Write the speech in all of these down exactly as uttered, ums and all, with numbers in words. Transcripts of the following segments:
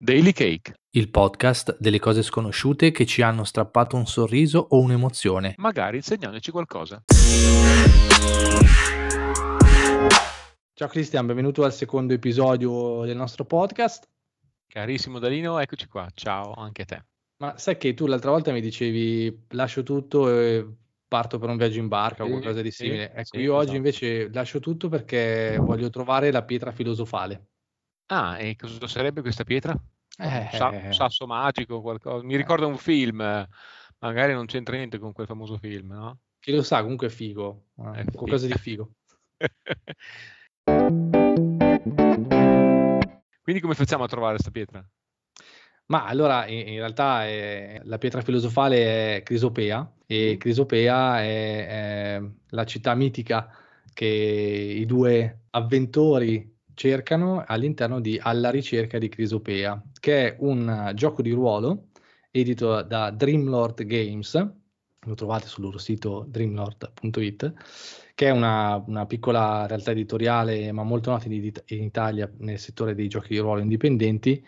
Daily Cake, il podcast delle cose sconosciute che ci hanno strappato un sorriso o un'emozione, magari insegnandoci qualcosa. Ciao Cristian, benvenuto al secondo episodio del nostro podcast. Carissimo Dalino, eccoci qua, ciao anche a te. Ma sai che tu l'altra volta mi dicevi lascio tutto e parto per un viaggio in barca Sì, o qualcosa di sì, simile. Ecco, sì, io oggi esatto. invece lascio tutto perché voglio trovare la pietra filosofale. Ah, e cosa sarebbe questa pietra? Un, sa- un Eh, sasso magico, qualcosa? Mi ricorda un film, eh, magari non c'entra niente con quel famoso film, no? chi lo sa, comunque è figo, È eh, qualcosa di figo. figo. Quindi come facciamo a trovare questa pietra? Ma allora in, in realtà è- la pietra filosofale è Crisopea e Sì. Crisopea è, è la città mitica che i due avventori cercano all'interno di Alla ricerca di Crisopea, che è un gioco di ruolo edito da Dreamlord Games, lo trovate sul loro sito dreamlord punto it, che è una, una piccola realtà editoriale ma molto nota in, in Italia nel settore dei giochi di ruolo indipendenti.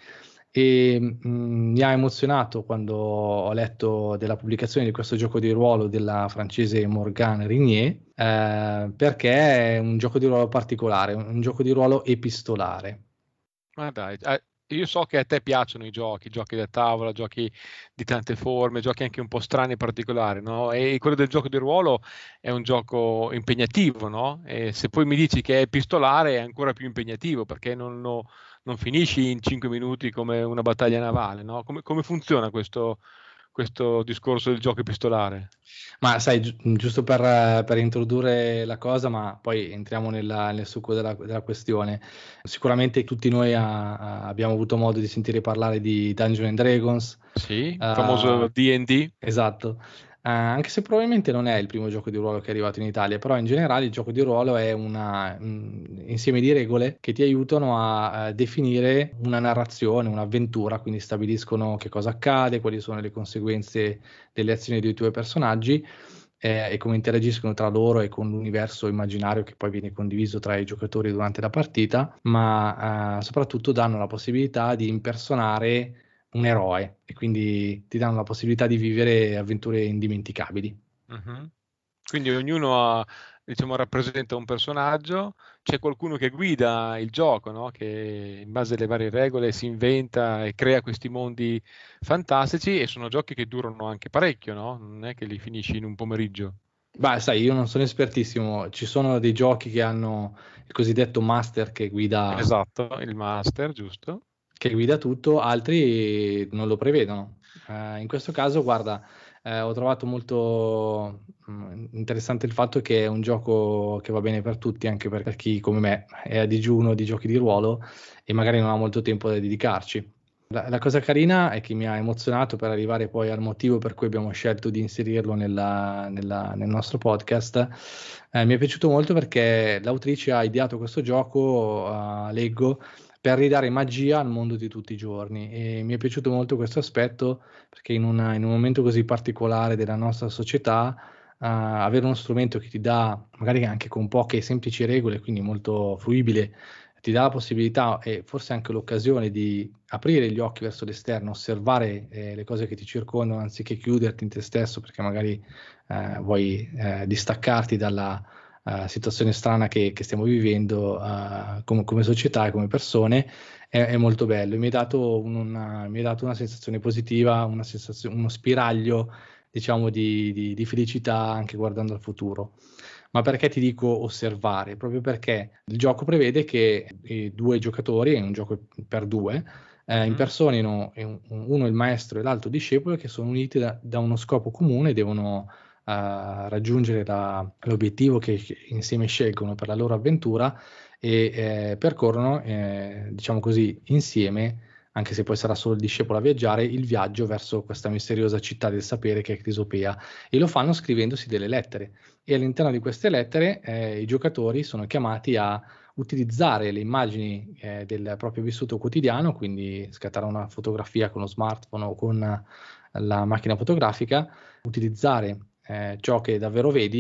E mh, mi ha emozionato quando ho letto della pubblicazione di questo gioco di ruolo della francese Morgane Rignier, eh, perché è un gioco di ruolo particolare, un gioco di ruolo epistolare. Ma dai, eh, io so che a te piacciono i giochi, giochi da tavola, giochi di tante forme, giochi anche un po' strani e particolari, no? E quello del gioco di ruolo è un gioco impegnativo, no? E se poi mi dici che è epistolare è ancora più impegnativo perché non, lo- non finisci in cinque minuti come una battaglia navale, no? Come, come funziona questo, questo discorso del gioco epistolare? Ma sai, gi- giusto per, eh, per introdurre la cosa, ma poi entriamo nella- nel succo della, della questione. Sicuramente tutti noi ha- ha- abbiamo avuto modo di sentire parlare di Dungeons and Dragons. Sì, il famoso eh, D and D? Esatto. Eh, anche se probabilmente non è il primo gioco di ruolo che è arrivato in Italia, però in generale il gioco di ruolo è un insieme di regole che ti aiutano a, a definire una narrazione, un'avventura, quindi stabiliscono che cosa accade, quali sono le conseguenze delle azioni dei tuoi personaggi, eh, e come interagiscono tra loro e con l'universo immaginario che poi viene condiviso tra i giocatori durante la partita, ma eh, soprattutto danno la possibilità di impersonare un eroe e quindi ti danno la possibilità di vivere avventure indimenticabili. Mhm. Quindi ognuno ha, diciamo, rappresenta un personaggio, c'è qualcuno che guida il gioco, no? Che in base alle varie regole si inventa e crea questi mondi fantastici e sono giochi che durano anche parecchio, no? Non è che li finisci in un pomeriggio. Beh, sai, io non sono espertissimo, ci sono dei giochi che hanno il cosiddetto master che guida, Esatto, il master, giusto? che guida tutto, altri non lo prevedono. Eh, in questo caso, guarda, eh, ho trovato molto mh, interessante il fatto che è un gioco che va bene per tutti, anche per chi come me è a digiuno di giochi di ruolo e magari non ha molto tempo da dedicarci. La, la cosa carina è che mi ha emozionato per arrivare poi al motivo per cui abbiamo scelto di inserirlo nella- nella- nel nostro podcast. Eh, mi è piaciuto molto perché l'autrice ha ideato questo gioco, eh, leggo, per ridare magia al mondo di tutti i giorni e mi è piaciuto molto questo aspetto perché in, una- in un momento così particolare della nostra società, eh, avere uno strumento che ti dà, magari anche con poche semplici regole, quindi molto fruibile, ti dà la possibilità e forse anche l'occasione di aprire gli occhi verso l'esterno, osservare eh, le cose che ti circondano anziché chiuderti in te stesso perché magari eh, vuoi eh, distaccarti dalla eh, situazione strana che, che stiamo vivendo eh, come, come società e come persone, è, è molto bello. Mi ha dato, un- una, mi ha dato una sensazione positiva, una sensazione, uno spiraglio, diciamo, di, di, di felicità anche guardando al futuro. Ma perché ti dico osservare? Proprio perché il gioco prevede che i due giocatori, è un gioco per due, eh, Mhm. impersonino un- uno il maestro e l'altro discepolo che sono uniti da, da uno scopo comune, devono eh, raggiungere la- l'obiettivo che, che insieme scelgono per la loro avventura e eh, percorrono, eh, diciamo così, insieme, anche se poi sarà solo il discepolo a viaggiare, il viaggio verso questa misteriosa città del sapere che è Crisopea e lo fanno scrivendosi delle lettere e all'interno di queste lettere eh, i giocatori sono chiamati a utilizzare le immagini eh, del proprio vissuto quotidiano, quindi scattare una fotografia con lo smartphone o con la macchina fotografica, utilizzare eh, ciò che davvero vedi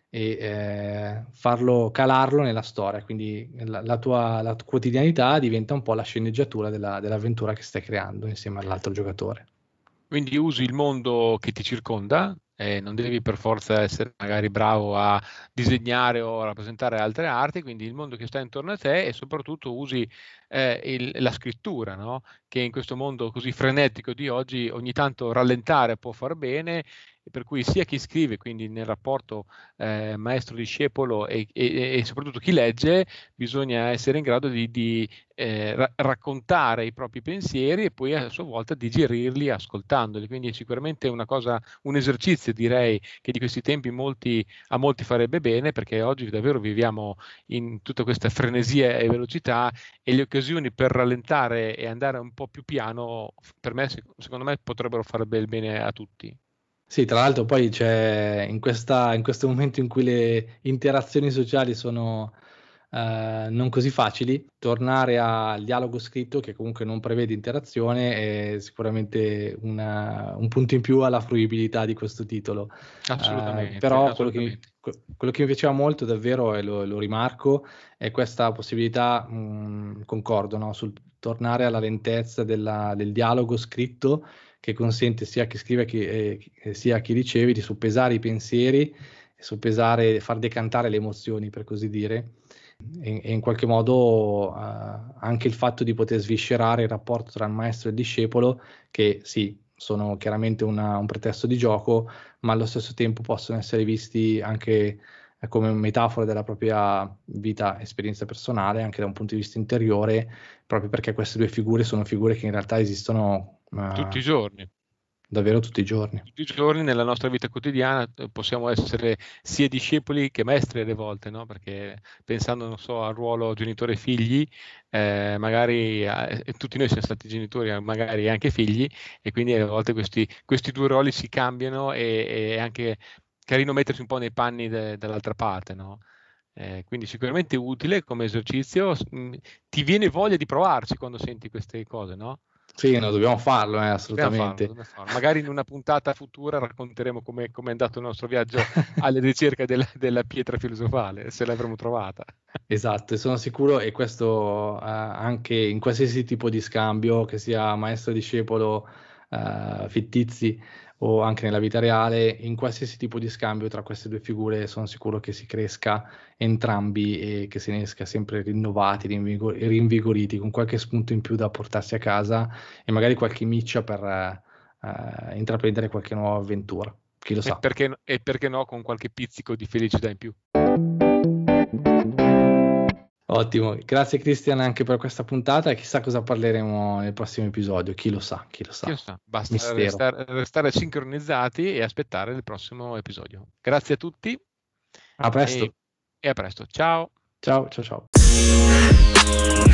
e eh, farlo calarlo nella storia, quindi la, la, tua, la tua quotidianità diventa un po' la sceneggiatura della, dell'avventura che stai creando insieme all'altro giocatore. Quindi usi il mondo che ti circonda, e non devi per forza essere magari bravo a disegnare o a rappresentare altre arti, quindi il mondo che sta intorno a te, e soprattutto usi eh, il- la scrittura, no? Che in questo mondo così frenetico di oggi ogni tanto rallentare può far bene, e per cui sia chi scrive, quindi nel rapporto eh, maestro-discepolo e, e- e soprattutto chi legge, bisogna essere in grado di, di, eh, ra- raccontare i propri pensieri e poi a sua volta digerirli ascoltandoli. Quindi è sicuramente una cosa, un esercizio, direi, che di questi tempi molti, a molti farebbe bene, perché oggi davvero viviamo in tutta questa frenesia e velocità, e le occasioni per rallentare e andare un po' più piano, per me, secondo me, potrebbero fare bel bene a tutti. Sì, tra l'altro poi c'è in questa, in questo momento in cui le interazioni sociali sono eh, non così facili, tornare al dialogo scritto, che comunque non prevede interazione, è sicuramente una- un punto in più alla fruibilità di questo titolo. Eh, Assolutamente, però quello che, mi, assolutamente. quello che mi piaceva molto davvero, e lo, lo rimarco, è questa possibilità, mh, concordo, no, sul tornare alla lentezza della- del dialogo scritto, che consente sia a chi scrive che, eh, sia a chi riceve di soppesare i pensieri, soppesare, far decantare le emozioni, per così dire, e, e in qualche modo eh, anche il fatto di poter sviscerare il rapporto tra il maestro e il discepolo, che sì, sono chiaramente una- un pretesto di gioco, ma allo stesso tempo possono essere visti anche eh, come metafora della propria vita, esperienza personale, anche da un punto di vista interiore, proprio perché queste due figure sono figure che in realtà esistono Tutti i eh, giorni. davvero tutti i giorni. Tutti i giorni nella nostra vita quotidiana eh, possiamo essere sia discepoli che maestri alle volte, no? Perché pensando, non so, al ruolo genitore-figli, eh, magari eh, tutti noi siamo stati genitori, eh, magari anche figli, e quindi a volte questi, questi due ruoli si cambiano, e e è anche carino mettersi un po' nei panni de- dall'altra parte, no? Eh, quindi sicuramente utile come esercizio. S- mh, Ti viene voglia di provarci quando senti queste cose, no? Sì, no, dobbiamo farlo, eh, Dobbiamo farlo, assolutamente. dobbiamo farlo. Magari in una puntata futura racconteremo come come è andato il nostro viaggio alla ricerca della, della pietra filosofale, se l'avremo trovata. Esatto, e sono sicuro, e questo eh, anche in qualsiasi tipo di scambio, che sia maestro-discepolo, eh, fittizi o anche nella vita reale, in qualsiasi tipo di scambio tra queste due figure sono sicuro che si cresca entrambi e che se ne esca sempre rinnovati, rinvigor- rinvigoriti, con qualche spunto in più da portarsi a casa e magari qualche miccia per eh, eh, intraprendere qualche nuova avventura. Chi lo E sa. perché, no- e perché no, con qualche pizzico di felicità in più. Ottimo, grazie Cristian anche per questa puntata e chissà cosa parleremo nel prossimo episodio, chi lo sa, chi lo Chi lo sa. sa, basta Mistero. restare, restare sincronizzati e aspettare il prossimo episodio. Grazie a tutti A presto. e, e a presto. Ciao. Ciao, ciao, ciao.